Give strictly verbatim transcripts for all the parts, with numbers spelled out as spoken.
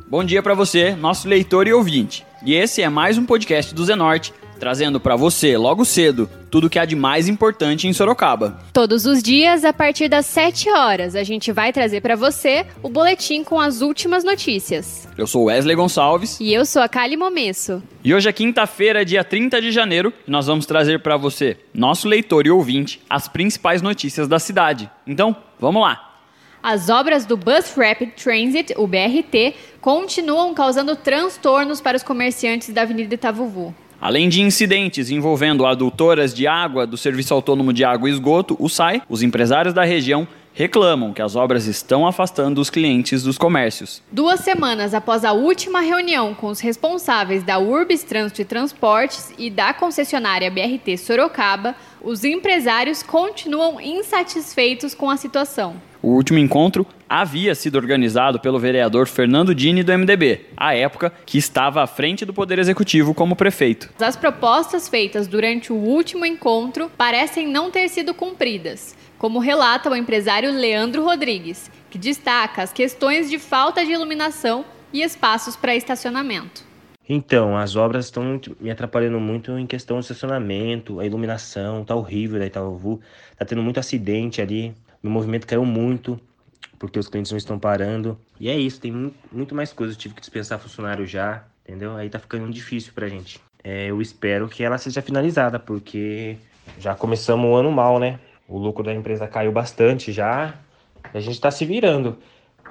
Bom dia para você, nosso leitor e ouvinte. E esse é mais um podcast do Zenorte, trazendo para você, logo cedo, tudo o que há de mais importante em Sorocaba. Todos os dias, a partir das sete horas, a gente vai trazer para você o boletim com as últimas notícias. Eu sou Wesley Gonçalves. E eu sou a Kali Momesso. E hoje é quinta-feira, dia trinta de janeiro, e nós vamos trazer para você, nosso leitor e ouvinte, as principais notícias da cidade. Então, vamos lá! As obras do Bus Rapid Transit, o B R T, continuam causando transtornos para os comerciantes da Avenida Itavuvu. Além de incidentes envolvendo adutoras de água do Serviço Autônomo de Água e Esgoto, o S A I, os empresários da região reclamam que as obras estão afastando os clientes dos comércios. Duas semanas após a última reunião com os responsáveis da Urbis Trânsito e Transportes e da concessionária B R T Sorocaba, os empresários continuam insatisfeitos com a situação. O último encontro havia sido organizado pelo vereador Fernando Dini do M D B, à época que estava à frente do Poder Executivo como prefeito. As propostas feitas durante o último encontro parecem não ter sido cumpridas, como relata o empresário Leandro Rodrigues, que destaca as questões de falta de iluminação e espaços para estacionamento. Então, as obras estão me atrapalhando muito em questão do estacionamento, a iluminação, tá horrível da Itavuvu, tá tendo muito acidente ali, meu movimento caiu muito, porque os clientes não estão parando. E é isso, tem muito, muito mais coisas, eu tive que dispensar funcionário já, entendeu? Aí tá ficando difícil pra gente. É, eu espero que ela seja finalizada, porque já começamos o ano mal, né? O lucro da empresa caiu bastante já, e a gente tá se virando.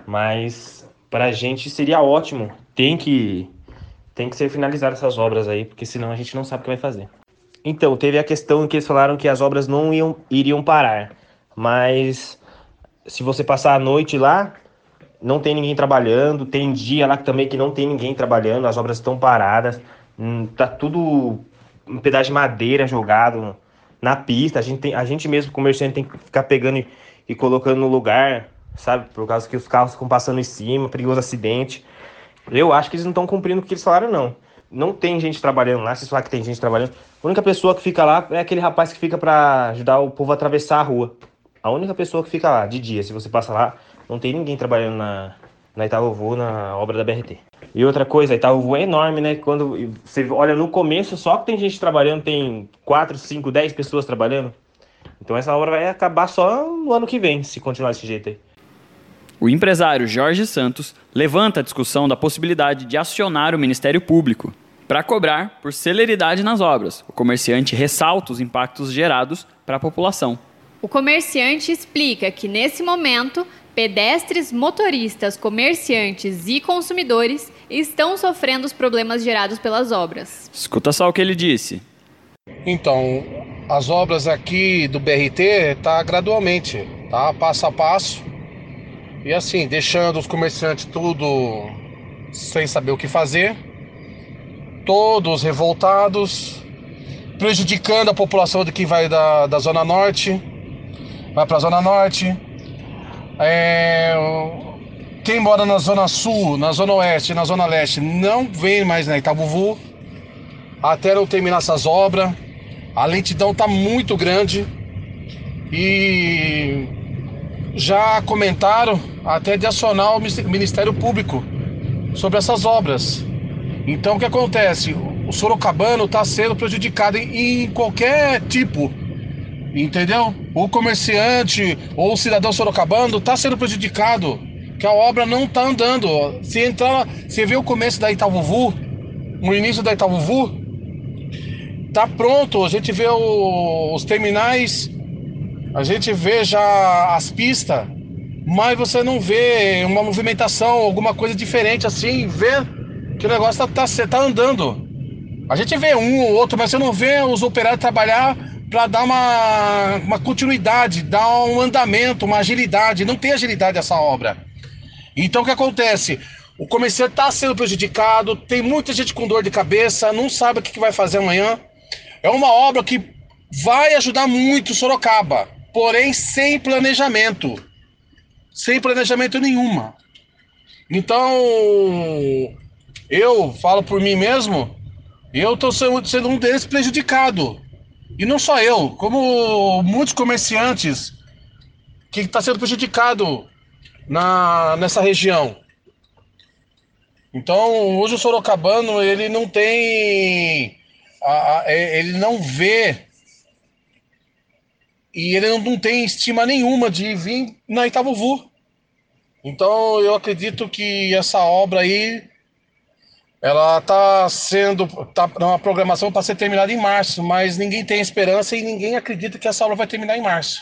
Mas pra gente seria ótimo, tem que... Tem que ser finalizadas essas obras aí, porque senão a gente não sabe o que vai fazer. Então, teve a questão em que eles falaram que as obras não iam, iriam parar. Mas se você passar a noite lá, não tem ninguém trabalhando. Tem dia lá também que não tem ninguém trabalhando, as obras estão paradas. Hum, tá tudo um pedaço de madeira jogado na pista. A gente, tem, a gente mesmo, comerciante, tem que ficar pegando e, e colocando no lugar, sabe? Por causa que os carros ficam passando em cima, perigoso acidente. Eu acho que eles não estão cumprindo o que eles falaram, não. Não tem gente trabalhando lá, vocês falam que tem gente trabalhando. A única pessoa que fica lá é aquele rapaz que fica para ajudar o povo a atravessar a rua. A única pessoa que fica lá, de dia, se você passa lá, não tem ninguém trabalhando na, na Itavuvu, na obra da B R T. E outra coisa, a Itavuvu é enorme, né? Quando você olha no começo, só que tem gente trabalhando, tem quatro, cinco, dez pessoas trabalhando. Então essa obra vai acabar só no ano que vem, se continuar desse jeito aí. O empresário Jorge Santos levanta a discussão da possibilidade de acionar o Ministério Público para cobrar por celeridade nas obras. O comerciante ressalta os impactos gerados para a população. O comerciante explica que, nesse momento, pedestres, motoristas, comerciantes e consumidores estão sofrendo os problemas gerados pelas obras. Escuta só o que ele disse. Então, as obras aqui do B R T tá gradualmente, tá? Passo a passo. E assim, deixando os comerciantes tudo sem saber o que fazer, todos revoltados, prejudicando a população de quem vai da, da Zona Norte, vai para a Zona Norte. É, quem mora na Zona Sul, na Zona Oeste e na Zona Leste não vem mais na Itavuvu, até não terminar essas obras. A lentidão está muito grande e... já comentaram até de acionar o Ministério Público sobre essas obras. Então o que acontece? O sorocabano está sendo prejudicado em, em qualquer tipo, entendeu? O comerciante ou o cidadão sorocabano está sendo prejudicado, que a obra não está andando. Se entrar, você vê o começo da Itavuvu, o início da Itavuvu, tá pronto, a gente vê o, os terminais, a gente vê já as pistas, mas você não vê uma movimentação, alguma coisa diferente assim, vê que o negócio tá, tá, tá andando. A gente vê um ou outro, mas você não vê os operários trabalhar para dar uma, uma continuidade, dar um andamento, uma agilidade. Não tem agilidade essa obra. Então o que acontece? O comerciante está sendo prejudicado, tem muita gente com dor de cabeça, não sabe o que, que vai fazer amanhã. É uma obra que vai ajudar muito Sorocaba, porém sem planejamento. Sem planejamento nenhuma. Então, eu falo por mim mesmo, eu estou sendo um deles prejudicado. E não só eu, como muitos comerciantes que estão sendo prejudicados na, nessa região. Então, hoje o sorocabano, ele não tem, a, a, ele não vê e ele não, não tem estima nenhuma de vir na Itavuvu. Então, eu acredito que essa obra aí, ela está sendo, tá numa programação para ser terminada em março, mas ninguém tem esperança e ninguém acredita que essa obra vai terminar em março.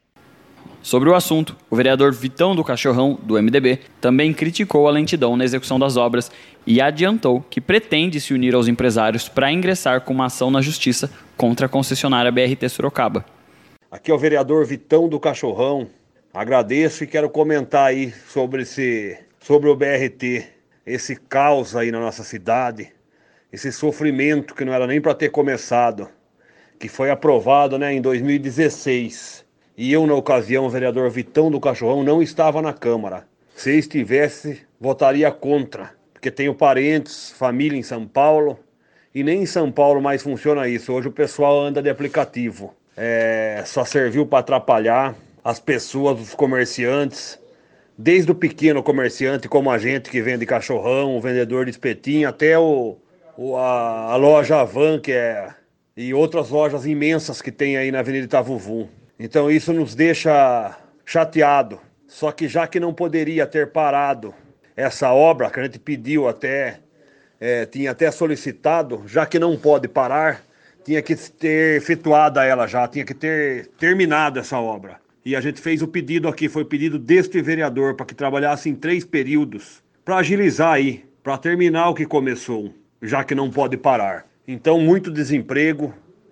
Sobre o assunto, o vereador Vitão do Cachorrão, do M D B, também criticou a lentidão na execução das obras e adiantou que pretende se unir aos empresários para ingressar com uma ação na justiça contra a concessionária B R T Sorocaba. Aqui é o vereador Vitão do Cachorrão. Agradeço e quero comentar aí sobre, esse, sobre o B R T, esse caos aí na nossa cidade, esse sofrimento que não era nem para ter começado, que foi aprovado, né, em dois mil e dezesseis. E eu, na ocasião, o vereador Vitão do Cachorrão, não estava na Câmara. Se estivesse, votaria contra, porque tenho parentes, família em São Paulo, e nem em São Paulo mais funciona isso. Hoje o pessoal anda de aplicativo. É, só serviu para atrapalhar as pessoas, os comerciantes, desde o pequeno comerciante como a gente que vende cachorrão, o vendedor de espetinho, até o, o, a, a loja Avan, que é, e outras lojas imensas que tem aí na Avenida Itavuvu. Então isso nos deixa chateado. Só que já que não poderia ter parado essa obra, que a gente pediu até, é, tinha até solicitado, já que não pode parar, tinha que ter efetuado ela já, tinha que ter terminado essa obra. E a gente fez o pedido aqui, foi o pedido deste vereador, para que trabalhasse em três períodos, para agilizar aí, para terminar o que começou, já que não pode parar. Então muito desemprego,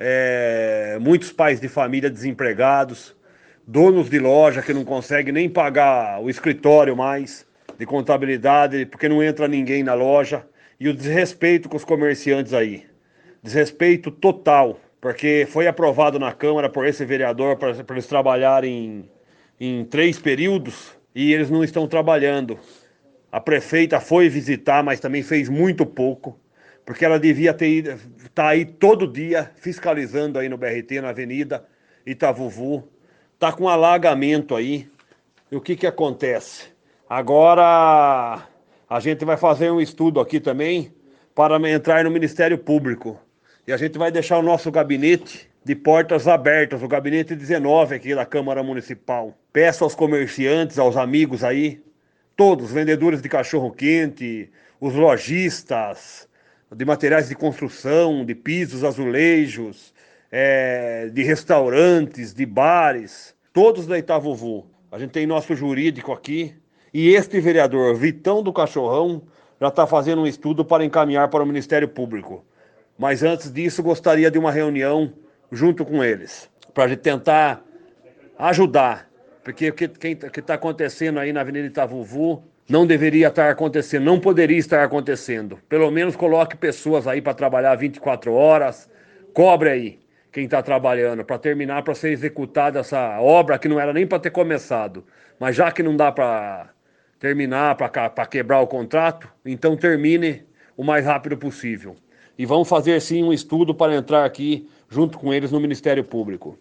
É, muitos pais de família desempregados, donos de loja que não conseguem nem pagar o escritório mais de contabilidade, porque não entra ninguém na loja, e o desrespeito com os comerciantes aí, desrespeito total, porque foi aprovado na Câmara por esse vereador para eles trabalharem em, em três períodos e eles não estão trabalhando. A prefeita foi visitar, mas também fez muito pouco, porque ela devia ter ido, tá aí todo dia fiscalizando aí no B R T, na Avenida Itavuvu. Tá com alagamento aí. E o que que acontece? Agora a gente vai fazer um estudo aqui também para entrar no Ministério Público. E a gente vai deixar o nosso gabinete de portas abertas, o gabinete dezenove aqui da Câmara Municipal. Peço aos comerciantes, aos amigos aí, todos, vendedores de cachorro-quente, os lojistas de materiais de construção, de pisos, azulejos, é, de restaurantes, de bares, todos da Itavuvu. A gente tem nosso jurídico aqui e este vereador, Vitão do Cachorrão, já está fazendo um estudo para encaminhar para o Ministério Público. Mas antes disso, gostaria de uma reunião junto com eles, para a gente tentar ajudar, porque o que está acontecendo aí na Avenida Itavuvu não deveria estar acontecendo, não poderia estar acontecendo. Pelo menos coloque pessoas aí para trabalhar vinte e quatro horas, cobre aí quem está trabalhando, para terminar, para ser executada essa obra que não era nem para ter começado. Mas já que não dá para terminar, para quebrar o contrato, então termine o mais rápido possível. E vamos fazer sim um estudo para entrar aqui junto com eles no Ministério Público.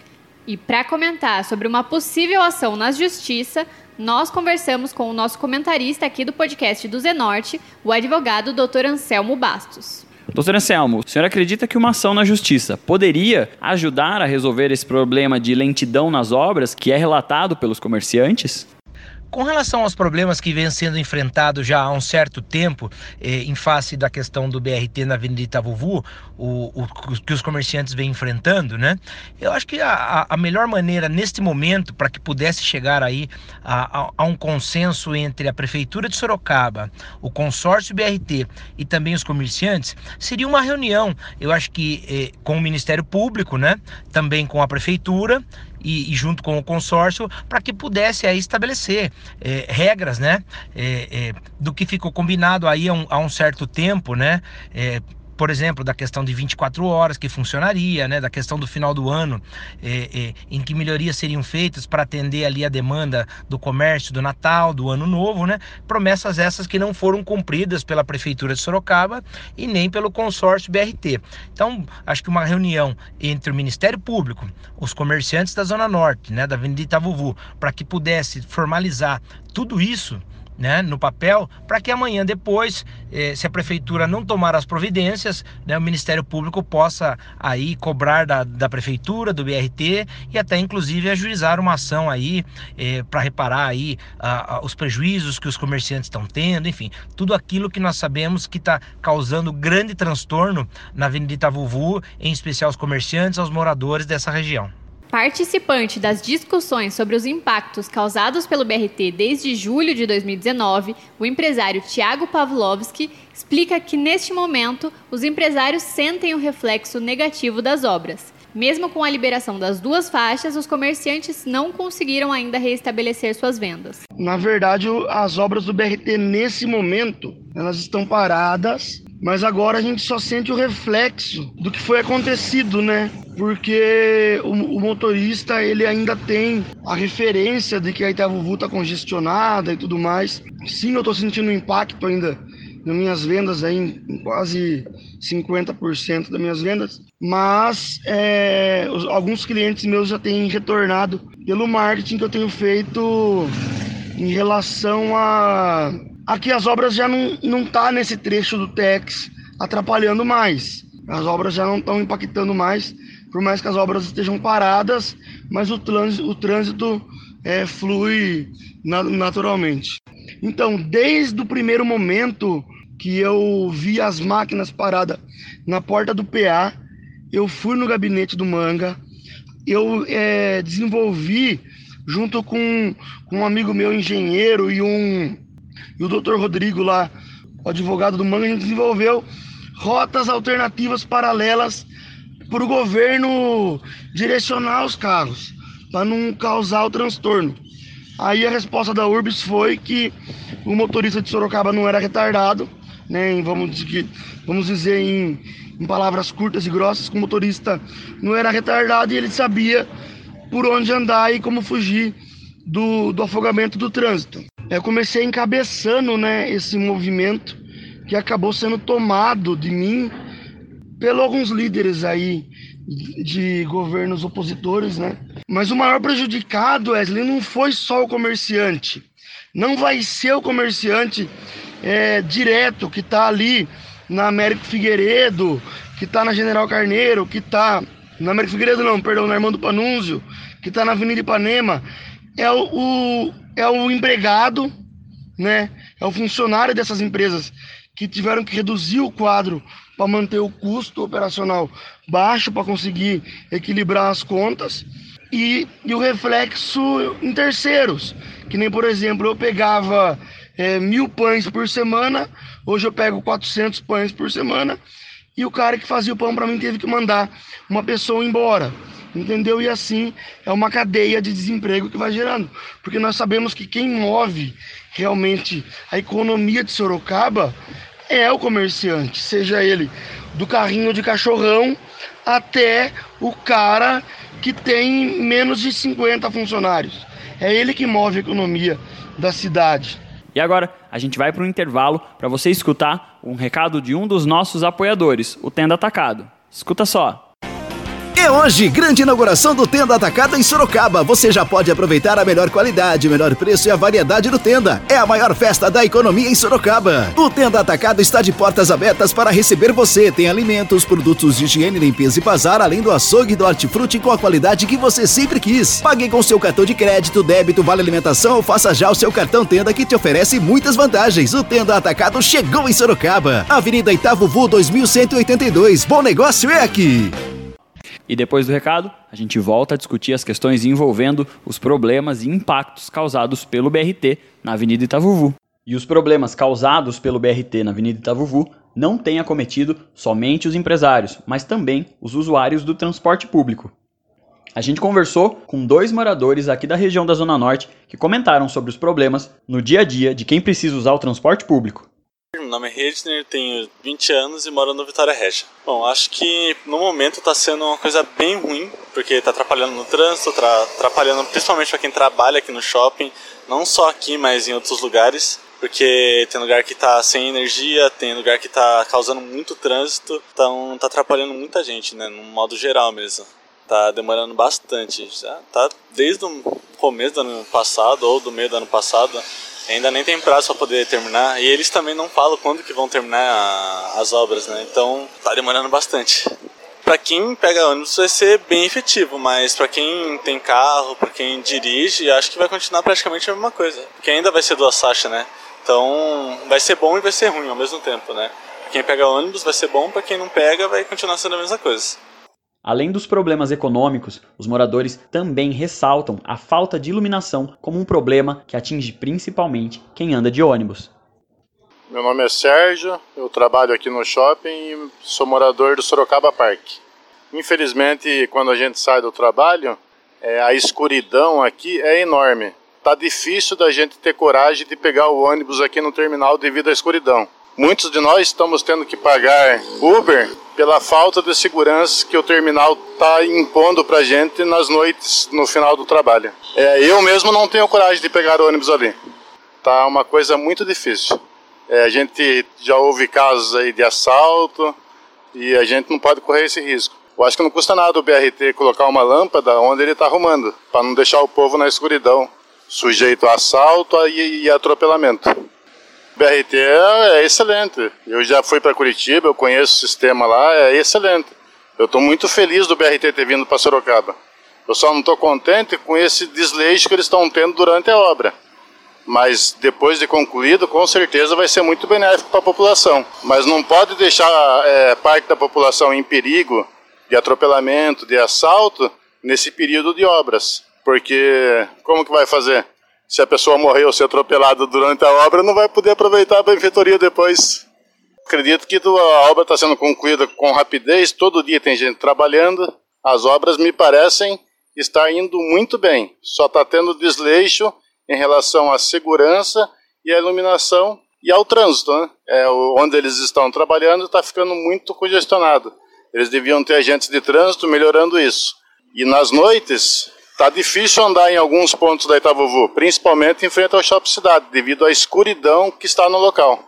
E para comentar sobre uma possível ação na Justiça, nós conversamos com o nosso comentarista aqui do podcast do Zenorte, o advogado doutor Anselmo Bastos. doutor Anselmo, o senhor acredita que uma ação na Justiça poderia ajudar a resolver esse problema de lentidão nas obras que é relatado pelos comerciantes? Com relação aos problemas que vêm sendo enfrentados já há um certo tempo, eh, em face da questão do B R T na Avenida Itavuvu, o, o que os comerciantes vêm enfrentando, né? Eu acho que a, a melhor maneira neste momento para que pudesse chegar aí a, a, a um consenso entre a Prefeitura de Sorocaba, o consórcio B R T e também os comerciantes, seria uma reunião, eu acho que eh, com o Ministério Público, né? Também com a Prefeitura, E, e junto com o consórcio, para que pudesse aí estabelecer é, regras, né, é, é, do que ficou combinado aí há um, há um certo tempo, né, é, por exemplo, da questão de vinte e quatro horas que funcionaria, né, da questão do final do ano, é, é, em que melhorias seriam feitas para atender ali a demanda do comércio, do Natal, do Ano Novo, né, promessas essas que não foram cumpridas pela Prefeitura de Sorocaba e nem pelo consórcio B R T. Então, acho que uma reunião entre o Ministério Público, os comerciantes da Zona Norte, né, da Avenida Itavuvu, para que pudesse formalizar tudo isso, né, no papel, para que amanhã depois, eh, se a prefeitura não tomar as providências, né, o Ministério Público possa aí cobrar da, da prefeitura, do B R T e até inclusive ajuizar uma ação aí eh, para reparar aí a, a, os prejuízos que os comerciantes estão tendo, enfim, tudo aquilo que nós sabemos que está causando grande transtorno na Avenida Itavuvu, em especial aos comerciantes, aos moradores dessa região. Participante das discussões sobre os impactos causados pelo B R T desde julho de dois mil e dezenove, o empresário Thiago Pavlovski explica que, neste momento, os empresários sentem o reflexo negativo das obras. Mesmo com a liberação das duas faixas, os comerciantes não conseguiram ainda reestabelecer suas vendas. Na verdade, as obras do B R T, nesse momento, elas estão paradas, mas agora a gente só sente o reflexo do que foi acontecido, né? Porque o, o motorista, ele ainda tem a referência de que a Itavuvu está congestionada e tudo mais. Sim, eu estou sentindo um impacto ainda nas minhas vendas, aí, em quase cinquenta por cento das minhas vendas, mas é, os, alguns clientes meus já têm retornado pelo marketing que eu tenho feito em relação a, a que as obras já não não tá nesse trecho do Tex atrapalhando mais. As obras já não estão impactando mais, por mais que as obras estejam paradas, mas o trânsito, o trânsito é, flui na, naturalmente. Então, desde o primeiro momento que eu vi as máquinas paradas na porta do P A, eu fui no gabinete do Manga, eu é, desenvolvi, junto com, com um amigo meu, engenheiro, e, um, e o doutor Rodrigo lá, o advogado do Manga, a gente desenvolveu rotas alternativas paralelas para o governo direcionar os carros, para não causar o transtorno. Aí a resposta da Urbis foi que o motorista de Sorocaba não era retardado, né? Vamos dizer, vamos dizer em, em palavras curtas e grossas, que o motorista não era retardado e ele sabia por onde andar e como fugir do, do afogamento do trânsito. Eu comecei encabeçando, né, esse movimento que acabou sendo tomado de mim pelos alguns líderes aí de governos opositores, né? Mas o maior prejudicado, Wesley, não foi só o comerciante. Não vai ser o comerciante é, direto que está ali na Américo Figueiredo, que está na General Carneiro, que está na Américo Figueiredo não, perdão, na Armando Panunzio, que está na Avenida Ipanema. É o, o, é o empregado, né? É o funcionário dessas empresas que tiveram que reduzir o quadro para manter o custo operacional baixo, para conseguir equilibrar as contas, e, e o reflexo em terceiros, que nem, por exemplo, eu pegava é, mil pães por semana, hoje eu pego quatrocentos pães por semana, e o cara que fazia o pão para mim teve que mandar uma pessoa embora, entendeu? E assim é uma cadeia de desemprego que vai gerando, porque nós sabemos que quem move realmente a economia de Sorocaba é o comerciante, seja ele do carrinho de cachorrão até o cara que tem menos de cinquenta funcionários. É ele que move a economia da cidade. E agora a gente vai para um intervalo para você escutar um recado de um dos nossos apoiadores, o Tenda Atacado. Escuta só. É hoje, grande inauguração do Tenda Atacado em Sorocaba. Você já pode aproveitar a melhor qualidade, o melhor preço e a variedade do Tenda. É a maior festa da economia em Sorocaba. O Tenda Atacado está de portas abertas para receber você. Tem alimentos, produtos de higiene, limpeza e bazar, além do açougue e do hortifruti com a qualidade que você sempre quis. Pague com seu cartão de crédito, débito, vale alimentação ou faça já o seu cartão Tenda, que te oferece muitas vantagens. O Tenda Atacado chegou em Sorocaba. Avenida Itavuvu dois mil cento e oitenta e dois. Bom negócio é aqui. E depois do recado, a gente volta a discutir as questões envolvendo os problemas e impactos causados pelo B R T na Avenida Itavuvu. E os problemas causados pelo B R T na Avenida Itavuvu não têm acometido somente os empresários, mas também os usuários do transporte público. A gente conversou com dois moradores aqui da região da Zona Norte que comentaram sobre os problemas no dia a dia de quem precisa usar o transporte público. Meu nome é Redner, tenho vinte anos e moro no Vitória Regia. Bom, acho que no momento está sendo uma coisa bem ruim, porque está atrapalhando no trânsito, está atrapalhando principalmente para quem trabalha aqui no shopping, não só aqui, mas em outros lugares, porque tem lugar que está sem energia, tem lugar que está causando muito trânsito, então está atrapalhando muita gente, né, no modo geral mesmo. Tá demorando bastante, já tá desde o começo do ano passado ou do meio do ano passado, ainda nem tem prazo para poder terminar, e eles também não falam quando que vão terminar a, as obras, né? Então tá demorando bastante. Para quem pega ônibus vai ser bem efetivo, mas para quem tem carro, para quem dirige, acho que vai continuar praticamente a mesma coisa, porque ainda vai ser duas faixas, né? Então vai ser bom e vai ser ruim ao mesmo tempo, né? Pra quem pega ônibus vai ser bom, para quem não pega vai continuar sendo a mesma coisa. Além dos problemas econômicos, os moradores também ressaltam a falta de iluminação como um problema que atinge principalmente quem anda de ônibus. Meu nome é Sérgio, eu trabalho aqui no shopping e sou morador do Sorocaba Park. Infelizmente, quando a gente sai do trabalho, é, a escuridão aqui é enorme. Tá difícil da gente ter coragem de pegar o ônibus aqui no terminal devido à escuridão. Muitos de nós estamos tendo que pagar Uber pela falta de segurança que o terminal está impondo para a gente nas noites no final do trabalho. É, eu mesmo não tenho coragem de pegar o ônibus ali. Tá uma coisa muito difícil. É, a gente já houve casos aí de assalto e a gente não pode correr esse risco. Eu acho que não custa nada o B R T colocar uma lâmpada onde ele está arrumando, para não deixar o povo na escuridão, sujeito a assalto e, e atropelamento. O B R T é, é excelente. Eu já fui para Curitiba, eu conheço o sistema lá, é excelente. Eu estou muito feliz do B R T ter vindo para Sorocaba. Eu só não estou contente com esse desleixo que eles estão tendo durante a obra. Mas depois de concluído, com certeza vai ser muito benéfico para a população. Mas não pode deixar é, parte da população em perigo de atropelamento, de assalto, nesse período de obras. Porque como que vai fazer? Se a pessoa morrer ou ser atropelada durante a obra, não vai poder aproveitar a benfeitoria depois. Acredito que a obra está sendo concluída com rapidez, todo dia tem gente trabalhando. As obras me parecem estar indo muito bem. Só está tendo desleixo em relação à segurança e à iluminação e ao trânsito, né? É, onde eles estão trabalhando está ficando muito congestionado. Eles deviam ter agentes de trânsito melhorando isso. E nas noites está difícil andar em alguns pontos da Itavuvu, principalmente em frente ao Shopping Cidade, devido à escuridão que está no local.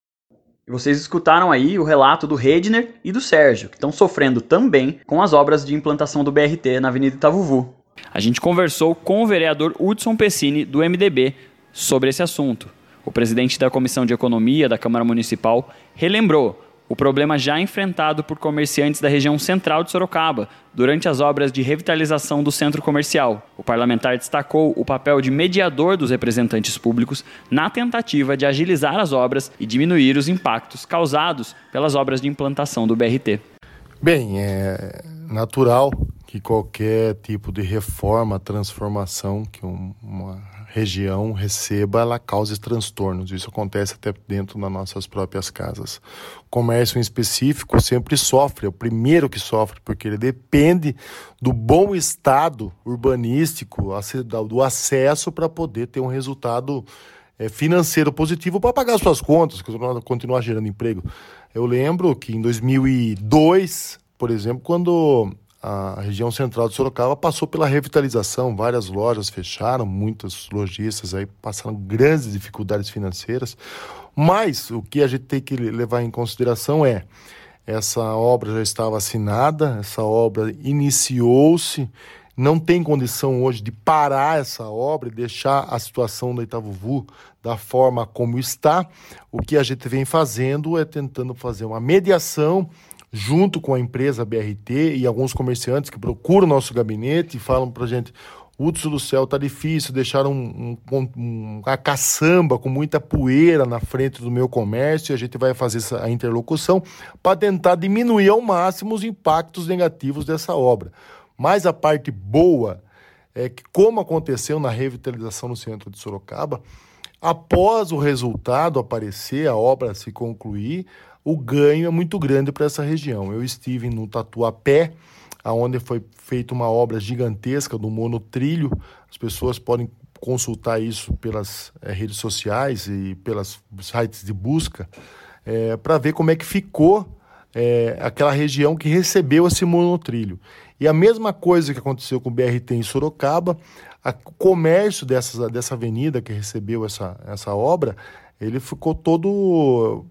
E vocês escutaram aí o relato do Redner e do Sérgio, que estão sofrendo também com as obras de implantação do B R T na Avenida Itavuvu. A gente conversou com o vereador Hudson Pessini, do M D B, sobre esse assunto. O presidente da Comissão de Economia da Câmara Municipal relembrou o problema já enfrentado por comerciantes da região central de Sorocaba durante as obras de revitalização do centro comercial. O parlamentar destacou o papel de mediador dos representantes públicos na tentativa de agilizar as obras e diminuir os impactos causados pelas obras de implantação do B R T. Bem, é natural que qualquer tipo de reforma, transformação que uma região receba, ela cause transtornos. Isso acontece até dentro das nossas próprias casas. O comércio em específico sempre sofre, é o primeiro que sofre, porque ele depende do bom estado urbanístico, do acesso para poder ter um resultado financeiro positivo para pagar suas contas, continuar gerando emprego. Eu lembro que em dois mil e dois, por exemplo, quando a região central de Sorocaba passou pela revitalização, várias lojas fecharam, muitos lojistas aí passaram grandes dificuldades financeiras, mas o que a gente tem que levar em consideração é, essa obra já estava assinada, essa obra iniciou-se, não tem condição hoje de parar essa obra e deixar a situação da Itavuvu da forma como está. O que a gente vem fazendo é tentando fazer uma mediação junto com a empresa B R T e alguns comerciantes que procuram o nosso gabinete e falam para a gente: Hudson do céu, tá difícil, deixaram um, um, um, uma caçamba com muita poeira na frente do meu comércio, e a gente vai fazer essa, a interlocução para tentar diminuir ao máximo os impactos negativos dessa obra. Mas a parte boa é que, como aconteceu na revitalização no centro de Sorocaba, após o resultado aparecer, a obra se concluir, o ganho é muito grande para essa região. Eu estive no Tatuapé, onde foi feita uma obra gigantesca do monotrilho. As pessoas podem consultar isso pelas é, redes sociais e pelas sites de busca é, para ver como é que ficou é, aquela região que recebeu esse monotrilho. E a mesma coisa que aconteceu com o B R T em Sorocaba, a, o comércio dessa, dessa avenida que recebeu essa, essa obra, ele ficou todo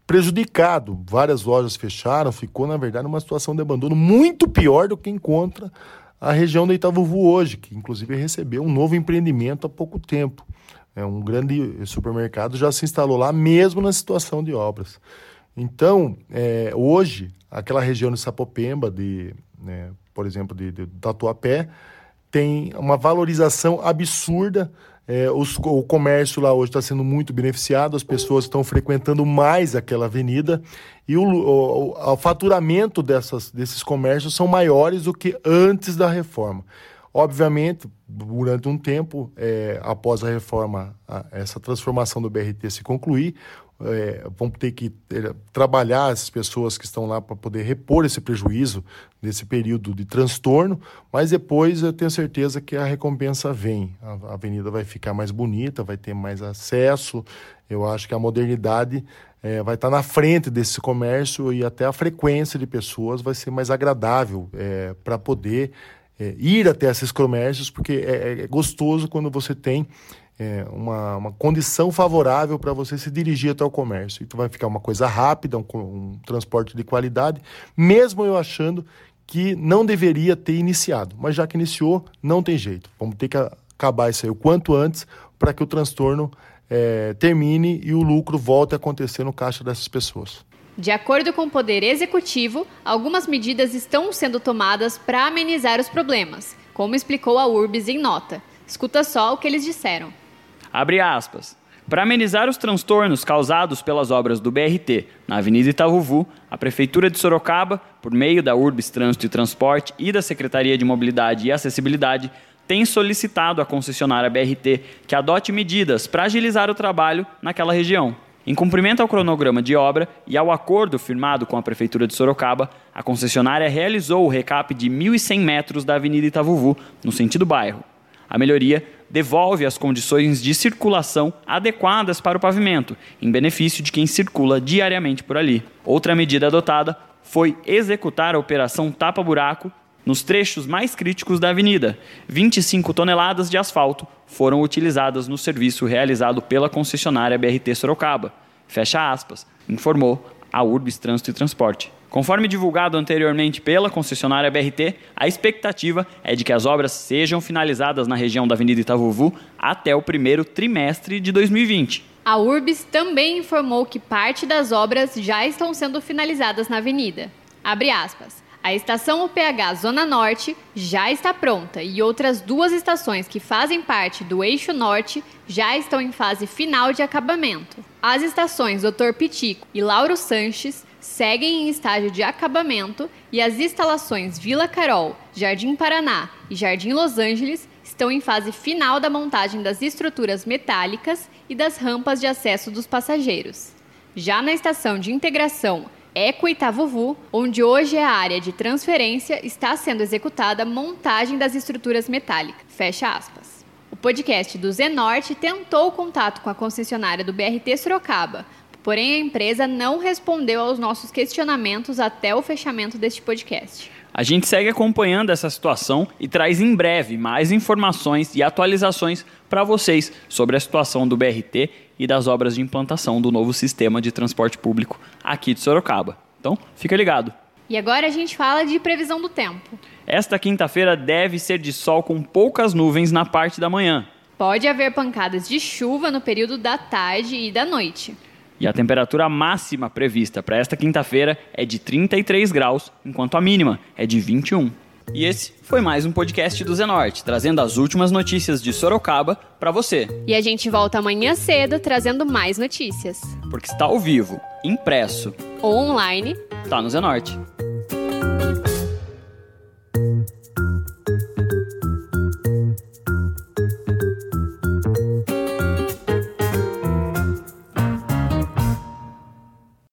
prejudicado. Várias lojas fecharam, ficou, na verdade, numa situação de abandono muito pior do que encontra a região do Itavuvu hoje, que inclusive recebeu um novo empreendimento há pouco tempo. É, um grande supermercado já se instalou lá, mesmo na situação de obras. Então, é, hoje, aquela região de Sapopemba, de, né, por exemplo, de, de Tatuapé, tem uma valorização absurda. É, os, o comércio lá hoje está sendo muito beneficiado, as pessoas estão frequentando mais aquela avenida e o, o, o faturamento dessas, desses comércios são maiores do que antes da reforma. Obviamente, durante um tempo, é, após a reforma, a, essa transformação do B R T se concluir, é, vão ter que é, trabalhar as pessoas que estão lá para poder repor esse prejuízo desse período de transtorno, mas depois eu tenho certeza que a recompensa vem. A, a avenida vai ficar mais bonita, vai ter mais acesso, eu acho que a modernidade é, vai estar na frente desse comércio e até a frequência de pessoas vai ser mais agradável é, para poder é, ir até esses comércios, porque é, é gostoso quando você tem É uma, uma condição favorável para você se dirigir até o comércio. Então vai ficar uma coisa rápida, um, um transporte de qualidade, mesmo eu achando que não deveria ter iniciado. Mas já que iniciou, não tem jeito. Vamos ter que acabar isso aí o quanto antes para que o transtorno é, termine e o lucro volte a acontecer no caixa dessas pessoas. De acordo com o Poder Executivo, algumas medidas estão sendo tomadas para amenizar os problemas, como explicou a Urbis em nota. Escuta só o que eles disseram. Abre aspas. Para amenizar os transtornos causados pelas obras do B R T na Avenida Itavuvu, a Prefeitura de Sorocaba, por meio da Urbis Trânsito e Transporte e da Secretaria de Mobilidade e Acessibilidade, tem solicitado à concessionária B R T que adote medidas para agilizar o trabalho naquela região. Em cumprimento ao cronograma de obra e ao acordo firmado com a Prefeitura de Sorocaba, a concessionária realizou o recap de mil e cem metros da Avenida Itavuvu, no sentido bairro. A melhoria devolve as condições de circulação adequadas para o pavimento, em benefício de quem circula diariamente por ali. Outra medida adotada foi executar a operação tapa-buraco nos trechos mais críticos da avenida. vinte e cinco toneladas de asfalto foram utilizadas no serviço realizado pela concessionária B R T Sorocaba. Fecha aspas, informou a Urbis Trânsito e Transporte. Conforme divulgado anteriormente pela concessionária B R T, a expectativa é de que as obras sejam finalizadas na região da Avenida Itavuvu até o primeiro trimestre de dois mil e vinte. A Urbis também informou que parte das obras já estão sendo finalizadas na avenida. Abre aspas. A estação U P H Zona Norte já está pronta e outras duas estações que fazem parte do Eixo Norte já estão em fase final de acabamento. As estações doutor Pitico e Lauro Sanches seguem em estágio de acabamento e as instalações Vila Carol, Jardim Paraná e Jardim Los Angeles estão em fase final da montagem das estruturas metálicas e das rampas de acesso dos passageiros. Já na estação de integração Eco Itavuvu, onde hoje é a área de transferência, está sendo executada a montagem das estruturas metálicas. Fecha aspas. O podcast do Zenorte tentou contato com a concessionária do B R T Sorocaba, porém a empresa não respondeu aos nossos questionamentos até o fechamento deste podcast. A gente segue acompanhando essa situação e traz em breve mais informações e atualizações para vocês sobre a situação do B R T e das obras de implantação do novo sistema de transporte público aqui de Sorocaba. Então, fica ligado. E agora a gente fala de previsão do tempo. Esta quinta-feira deve ser de sol com poucas nuvens na parte da manhã. Pode haver pancadas de chuva no período da tarde e da noite. E a temperatura máxima prevista para esta quinta-feira é de trinta e três graus, enquanto a mínima é de vinte e um. E esse foi mais um podcast do Zenorte, trazendo as últimas notícias de Sorocaba para você. E a gente volta amanhã cedo trazendo mais notícias. Porque está ao vivo, impresso ou online, tá no Zenorte.